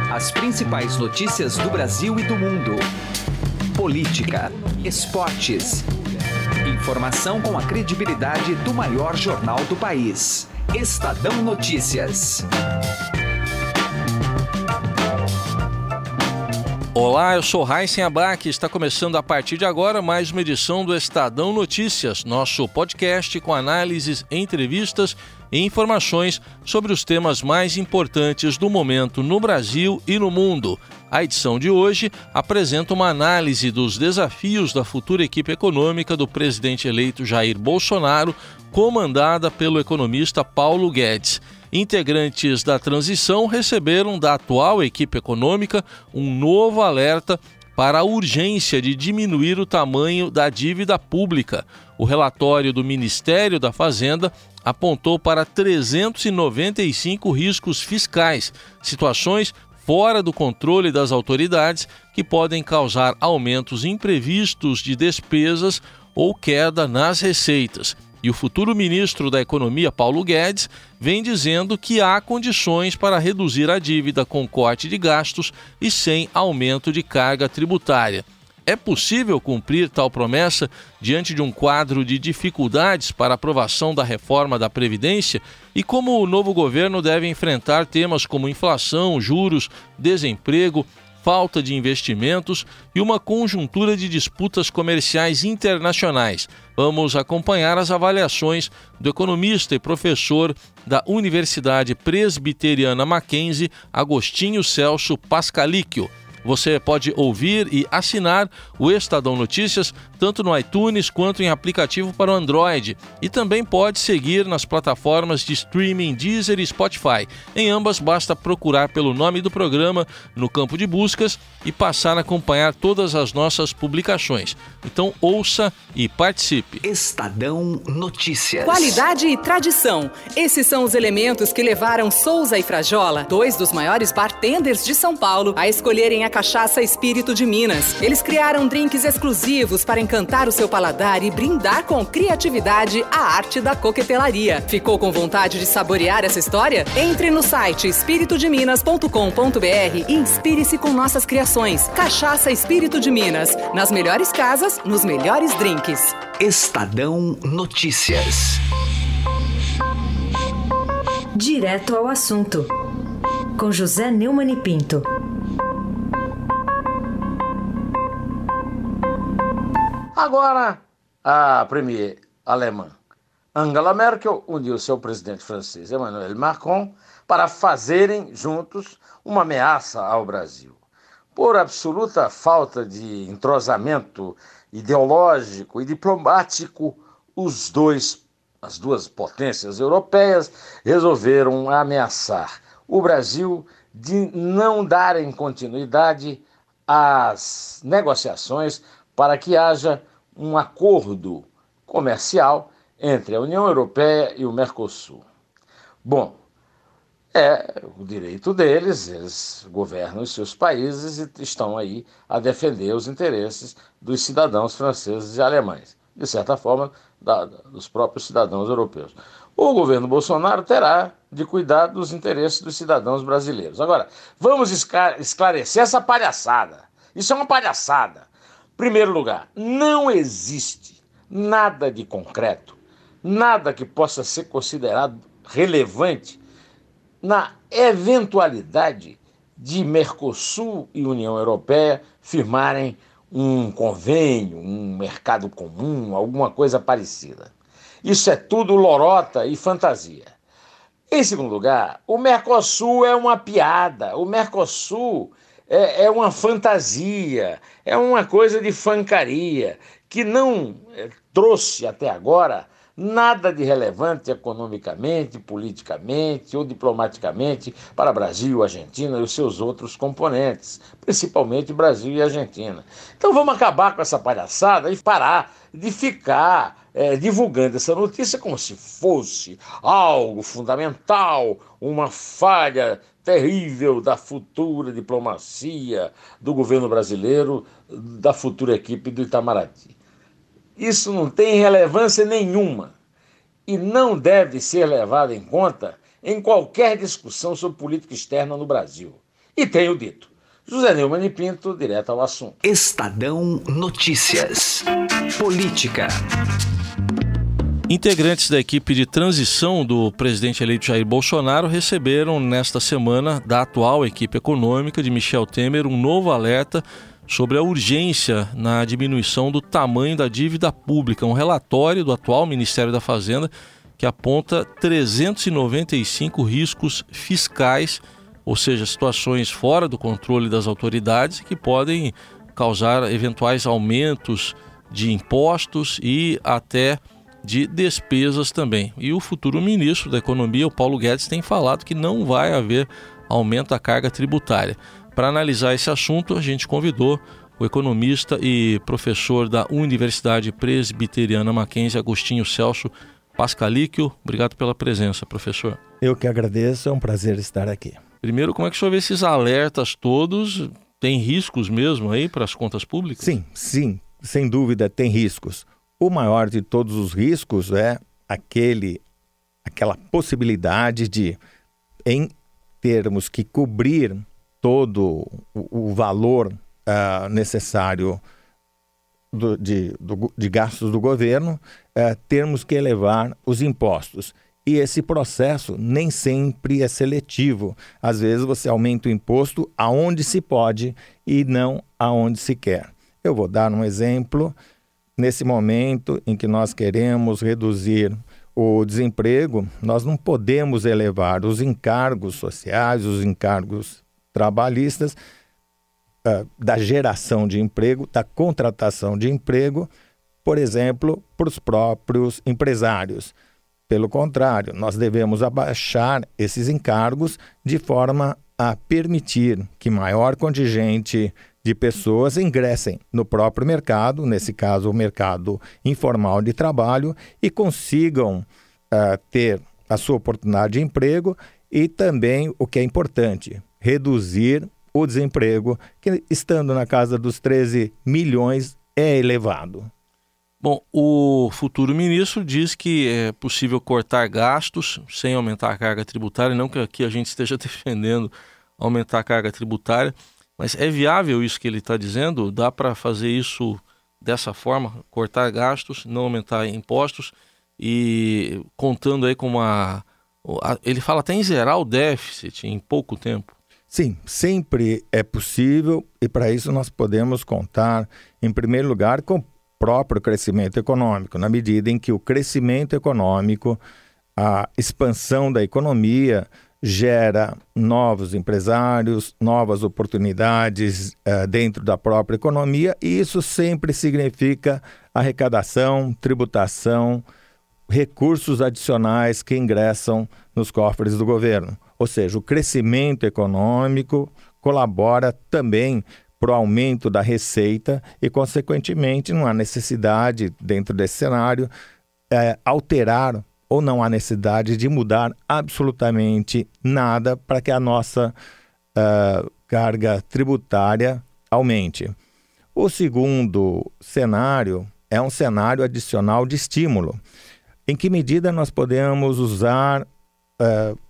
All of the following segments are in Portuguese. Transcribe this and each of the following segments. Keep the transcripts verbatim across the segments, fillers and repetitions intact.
As principais notícias do Brasil e do mundo. Política, esportes. Informação com a credibilidade do maior jornal do país. Estadão Notícias. Olá, eu sou Raíssen Abac. Está começando a partir de agora mais uma edição do Estadão Notícias, nosso podcast com análises, entrevistas e informações sobre os temas mais importantes do momento no Brasil e no mundo. A edição de hoje apresenta uma análise dos desafios da futura equipe econômica do presidente eleito Jair Bolsonaro, comandada pelo economista Paulo Guedes. Integrantes da transição receberam da atual equipe econômica um novo alerta para a urgência de diminuir o tamanho da dívida pública. O relatório do Ministério da Fazenda apontou para trezentos e noventa e cinco riscos fiscais, situações fora do controle das autoridades que podem causar aumentos imprevistos de despesas ou queda nas receitas. E o futuro ministro da Economia, Paulo Guedes, vem dizendo que há condições para reduzir a dívida com corte de gastos e sem aumento de carga tributária. É possível cumprir tal promessa diante de um quadro de dificuldades para a aprovação da reforma da Previdência? E como o novo governo deve enfrentar temas como inflação, juros, desemprego, falta de investimentos e uma conjuntura de disputas comerciais internacionais? Vamos acompanhar as avaliações do economista e professor da Universidade Presbiteriana Mackenzie, Agostinho Celso Pascalíquio. Você pode ouvir e assinar o Estadão Notícias tanto no iTunes quanto em aplicativo para o Android. E também pode seguir nas plataformas de streaming Deezer e Spotify. Em ambas, basta procurar pelo nome do programa no campo de buscas e passar a acompanhar todas as nossas publicações. Então ouça e participe. Estadão Notícias. Qualidade e tradição. Esses são os elementos que levaram Souza e Frajola, dois dos maiores bartenders de São Paulo, a escolherem a cachaça Espírito de Minas. Eles criaram drinks exclusivos para encantar o seu paladar e brindar com criatividade a arte da coquetelaria. Ficou com vontade de saborear essa história? Entre no site espírito de minas ponto com ponto b r e inspire-se com nossas criações. Cachaça Espírito de Minas. Nas melhores casas, nos melhores drinks. Estadão Notícias. Direto ao assunto. Com José Neumann e Pinto. Agora, a premier alemã Angela Merkel uniu seu presidente francês Emmanuel Macron para fazerem juntos uma ameaça ao Brasil. Por absoluta falta de entrosamento ideológico e diplomático, os dois, as duas potências europeias resolveram ameaçar o Brasil de não darem continuidade às negociações para que haja um acordo comercial entre a União Europeia e o Mercosul. Bom, é o direito deles, eles governam os seus países e estão aí a defender os interesses dos cidadãos franceses e alemães, de certa forma, da, dos próprios cidadãos europeus. O governo Bolsonaro terá de cuidar dos interesses dos cidadãos brasileiros. Agora, vamos esclarecer essa palhaçada. Isso é uma palhaçada. Primeiro lugar, não existe nada de concreto, nada que possa ser considerado relevante na eventualidade de Mercosul e União Europeia firmarem um convênio, um mercado comum, alguma coisa parecida. Isso é tudo lorota e fantasia. Em segundo lugar, o Mercosul é uma piada, o Mercosul É, é uma fantasia, é uma coisa de fancaria, que não é, trouxe até agora nada de relevante economicamente, politicamente ou diplomaticamente para Brasil, Argentina e os seus outros componentes, principalmente Brasil e Argentina. Então vamos acabar com essa palhaçada e parar de ficar é, divulgando essa notícia como se fosse algo fundamental, uma falha terrível da futura diplomacia do governo brasileiro, da futura equipe do Itamaraty. Isso não tem relevância nenhuma e não deve ser levado em conta em qualquer discussão sobre política externa no Brasil. E tenho dito. José Neumann e Pinto, direto ao assunto. Estadão Notícias. Política. Integrantes da equipe de transição do presidente eleito Jair Bolsonaro receberam nesta semana da atual equipe econômica de Michel Temer um novo alerta sobre a urgência na diminuição do tamanho da dívida pública. Um relatório do atual Ministério da Fazenda que aponta trezentos e noventa e cinco riscos fiscais, ou seja, situações fora do controle das autoridades que podem causar eventuais aumentos de impostos e até de despesas também. E o futuro ministro da Economia, o Paulo Guedes, tem falado que não vai haver aumento da carga tributária. Para analisar esse assunto, a gente convidou o economista e professor da Universidade Presbiteriana Mackenzie, Agostinho Celso Pascalíquio. Obrigado pela presença, professor. Eu que agradeço, é um prazer estar aqui. Primeiro, como é que o senhor vê esses alertas todos? Tem riscos mesmo aí para as contas públicas? Sim, sim, sem dúvida tem riscos. O maior de todos os riscos é aquele, aquela possibilidade de, em termos que cobrir todo o, o valor uh, necessário do, de, do, de gastos do governo, uh, termos que elevar os impostos. E esse processo nem sempre é seletivo. Às vezes você aumenta o imposto aonde se pode e não aonde se quer. Eu vou dar um exemplo. Nesse momento em que nós queremos reduzir o desemprego, nós não podemos elevar os encargos sociais, os encargos trabalhistas, uh, da geração de emprego, da contratação de emprego, por exemplo, para os próprios empresários. Pelo contrário, nós devemos abaixar esses encargos de forma a permitir que maior contingente de pessoas ingressem no próprio mercado, nesse caso o mercado informal de trabalho, e consigam uh, ter a sua oportunidade de emprego e também, o que é importante, reduzir o desemprego, que estando na casa dos treze milhões é elevado. Bom, o futuro ministro diz que é possível cortar gastos sem aumentar a carga tributária, não que aqui a gente esteja defendendo aumentar a carga tributária, mas é viável isso que ele está dizendo? Dá para fazer isso dessa forma, cortar gastos, não aumentar impostos e contando aí com uma... Ele fala até em zerar o déficit em pouco tempo. Sim, sempre é possível e para isso nós podemos contar, em primeiro lugar, com o próprio crescimento econômico, na medida em que o crescimento econômico, a expansão da economia gera novos empresários, novas oportunidades uh, dentro da própria economia, e isso sempre significa arrecadação, tributação, recursos adicionais que ingressam nos cofres do governo. Ou seja, o crescimento econômico colabora também para o aumento da receita e, consequentemente, não há necessidade, dentro desse cenário, uh, alterar ou não há necessidade de mudar absolutamente nada para que a nossa uh, carga tributária aumente. O segundo cenário é um cenário adicional de estímulo. Em que medida nós podemos usar uh,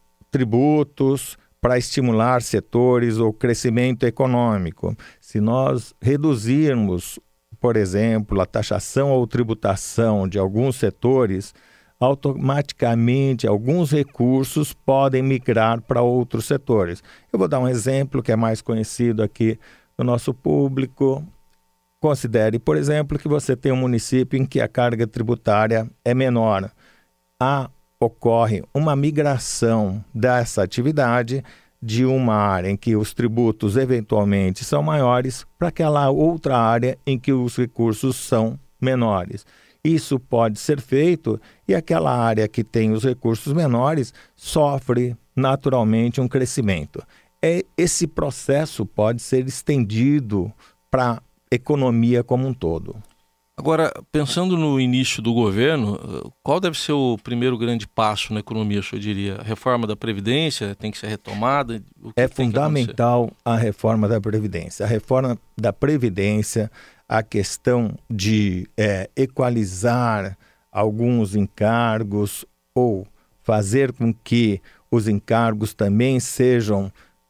tributos para estimular setores ou crescimento econômico? Se nós reduzirmos, por exemplo, a taxação ou tributação de alguns setores, automaticamente alguns recursos podem migrar para outros setores. Eu vou dar um exemplo que é mais conhecido aqui no nosso público. Considere, por exemplo, que você tem um município em que a carga tributária é menor. Há, ocorre uma migração dessa atividade de uma área em que os tributos eventualmente são maiores para aquela outra área em que os recursos são menores. Isso pode ser feito e aquela área que tem os recursos menores sofre naturalmente um crescimento. É, esse processo pode ser estendido para a economia como um todo. Agora, pensando no início do governo, qual deve ser o primeiro grande passo na economia, o senhor diria? A reforma da Previdência tem que ser retomada? O que é tem fundamental a reforma da Previdência. A reforma da Previdência, a questão de é, equalizar alguns encargos ou fazer com que os encargos também sejam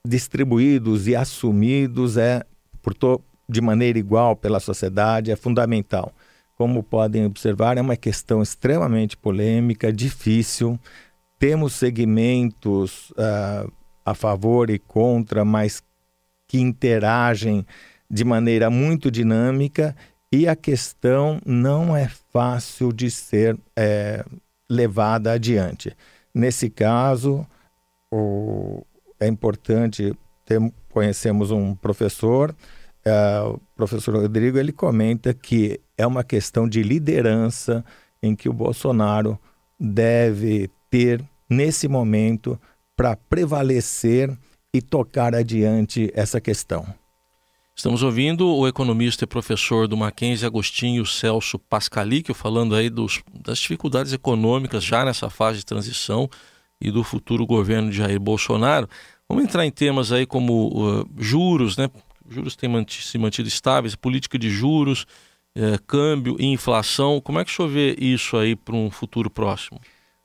distribuídos e assumidos é, por to- de maneira igual pela sociedade, é fundamental. Como podem observar, é uma questão extremamente polêmica, difícil. Temos segmentos uh, a favor e contra, mas que interagem de maneira muito dinâmica, e a questão não é fácil de ser é, levada adiante. Nesse caso, o, é importante, ter, conhecemos um professor, é, o professor Rodrigo, ele comenta que é uma questão de liderança em que o Bolsonaro deve ter, nesse momento, para prevalecer e tocar adiante essa questão. Estamos ouvindo o economista e professor do Mackenzie, Agostinho Celso Pascalic, falando aí dos, das dificuldades econômicas já nessa fase de transição e do futuro governo de Jair Bolsonaro. Vamos entrar em temas aí como uh, juros, né? Juros têm manti- se mantido estáveis, política de juros, uh, câmbio e inflação. Como é que o senhor vê isso aí para um futuro próximo?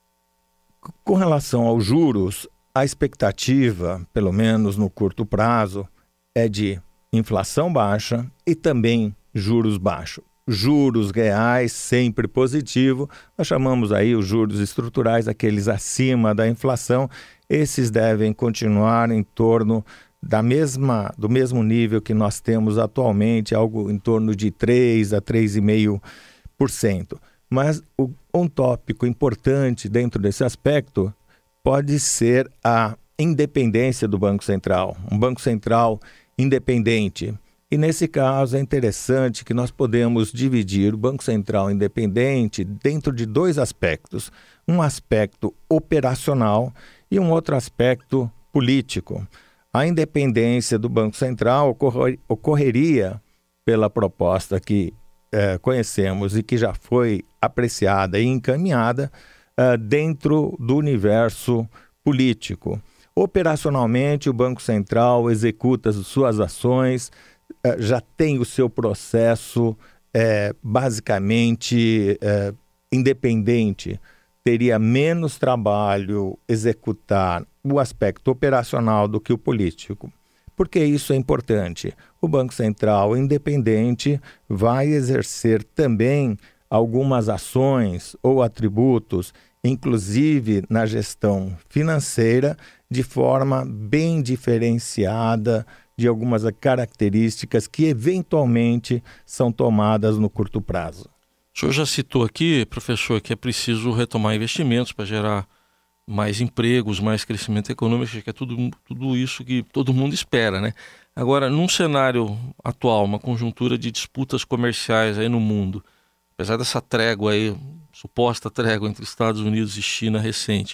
Com relação aos juros, a expectativa, pelo menos no curto prazo, é de inflação baixa e também juros baixos. Juros reais sempre positivo, nós chamamos aí os juros estruturais, aqueles acima da inflação. Esses devem continuar em torno da mesma, do mesmo nível que nós temos atualmente, algo em torno de três a três vírgula cinco por cento. Mas o, um tópico importante dentro desse aspecto pode ser a independência do Banco Central. Um Banco Central independente. E nesse caso é interessante que nós podemos dividir o Banco Central independente dentro de dois aspectos. Um aspecto operacional e um outro aspecto político. A independência do Banco Central ocorrer, ocorreria pela proposta que eh, conhecemos e que já foi apreciada e encaminhada eh, dentro do universo político. Operacionalmente, o Banco Central executa as suas ações, eh, já tem o seu processo eh, basicamente eh, independente. Teria menos trabalho executar o aspecto operacional do que o político. Por que isso é importante? O Banco Central independente vai exercer também algumas ações ou atributos, inclusive na gestão financeira, de forma bem diferenciada de algumas características que eventualmente são tomadas no curto prazo. O senhor já citou aqui, professor, que é preciso retomar investimentos para gerar mais empregos, mais crescimento econômico, que é tudo, tudo isso que todo mundo espera, né? Agora, num cenário atual, uma conjuntura de disputas comerciais aí no mundo, apesar dessa trégua aí, suposta trégua entre Estados Unidos e China recente,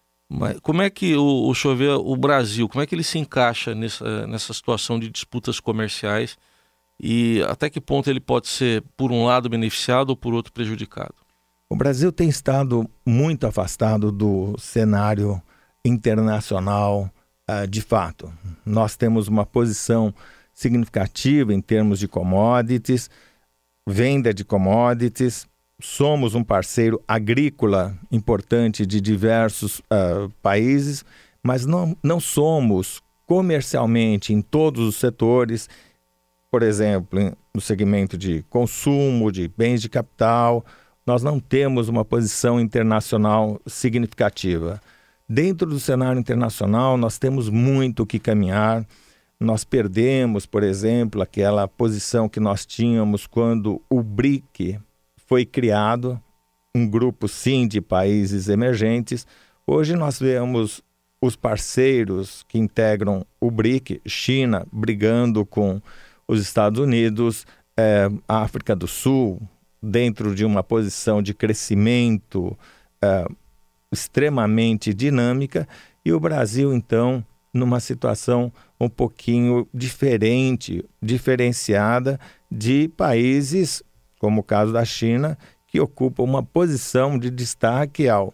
mas como é que o, o senhor vê o Brasil, como é que ele se encaixa nessa, nessa situação de disputas comerciais e até que ponto ele pode ser, por um lado, beneficiado ou por outro prejudicado? O Brasil tem estado muito afastado do cenário internacional, uh, de fato. Nós temos uma posição significativa em termos de commodities, venda de commodities. Somos um parceiro agrícola importante de diversos uh, países, mas não, não somos comercialmente em todos os setores, por exemplo, no segmento de consumo, de bens de capital, nós não temos uma posição internacional significativa. Dentro do cenário internacional, nós temos muito que caminhar. Nós perdemos, por exemplo, aquela posição que nós tínhamos quando o B R I C foi criado, um grupo, sim, de países emergentes. Hoje nós vemos os parceiros que integram o B R I C, China brigando com os Estados Unidos, eh, a África do Sul, dentro de uma posição de crescimento eh, extremamente dinâmica, e o Brasil, então, numa situação um pouquinho diferente, diferenciada de países, como o caso da China, que ocupam uma posição de destaque ao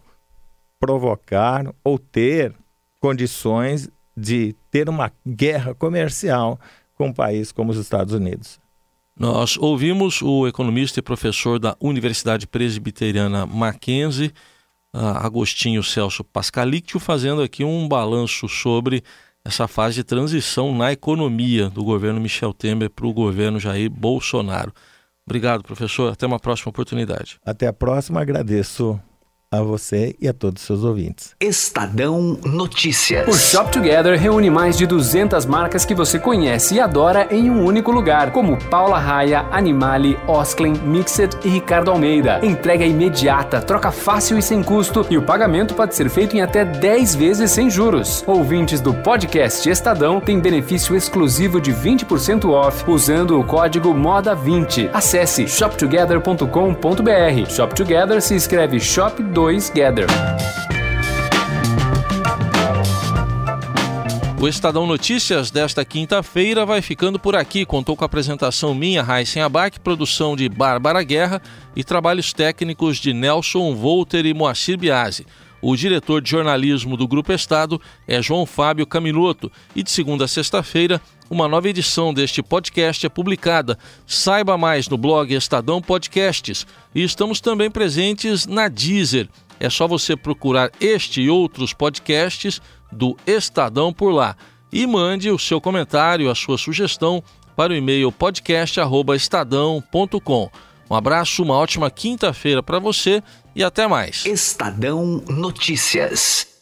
provocar ou ter condições de ter uma guerra comercial com um país como os Estados Unidos. Nós ouvimos o economista e professor da Universidade Presbiteriana Mackenzie, Agostinho Celso Pascalic, fazendo aqui um balanço sobre essa fase de transição na economia do governo Michel Temer para o governo Jair Bolsonaro. Obrigado, professor. Até uma próxima oportunidade. Até a próxima. Agradeço a você e a todos os seus ouvintes. Estadão Notícias. O Shop Together reúne mais de duzentas marcas que você conhece e adora em um único lugar, como Paula Raia, Animale, Osklen, Mixed e Ricardo Almeida. Entrega imediata, troca fácil e sem custo, e o pagamento pode ser feito em até dez vezes sem juros. Ouvintes do podcast Estadão têm benefício exclusivo de vinte por cento off usando o código moda vinte. Acesse shop together ponto com ponto b r. Shop Together se escreve Shop dois Gather. O Estadão Notícias desta quinta-feira vai ficando por aqui. Contou com a apresentação minha, Raíssen Abac, produção de Bárbara Guerra e trabalhos técnicos de Nelson Volter e Moacir Biasi. O diretor de jornalismo do Grupo Estado é João Fábio Caminoto e de segunda a sexta-feira uma nova edição deste podcast é publicada. Saiba mais no blog Estadão Podcasts e estamos também presentes na Deezer. É só você procurar este e outros podcasts do Estadão por lá e mande o seu comentário, a sua sugestão para o e-mail podcast arroba estadão ponto com. Um abraço, uma ótima quinta-feira para você e até mais. Estadão Notícias.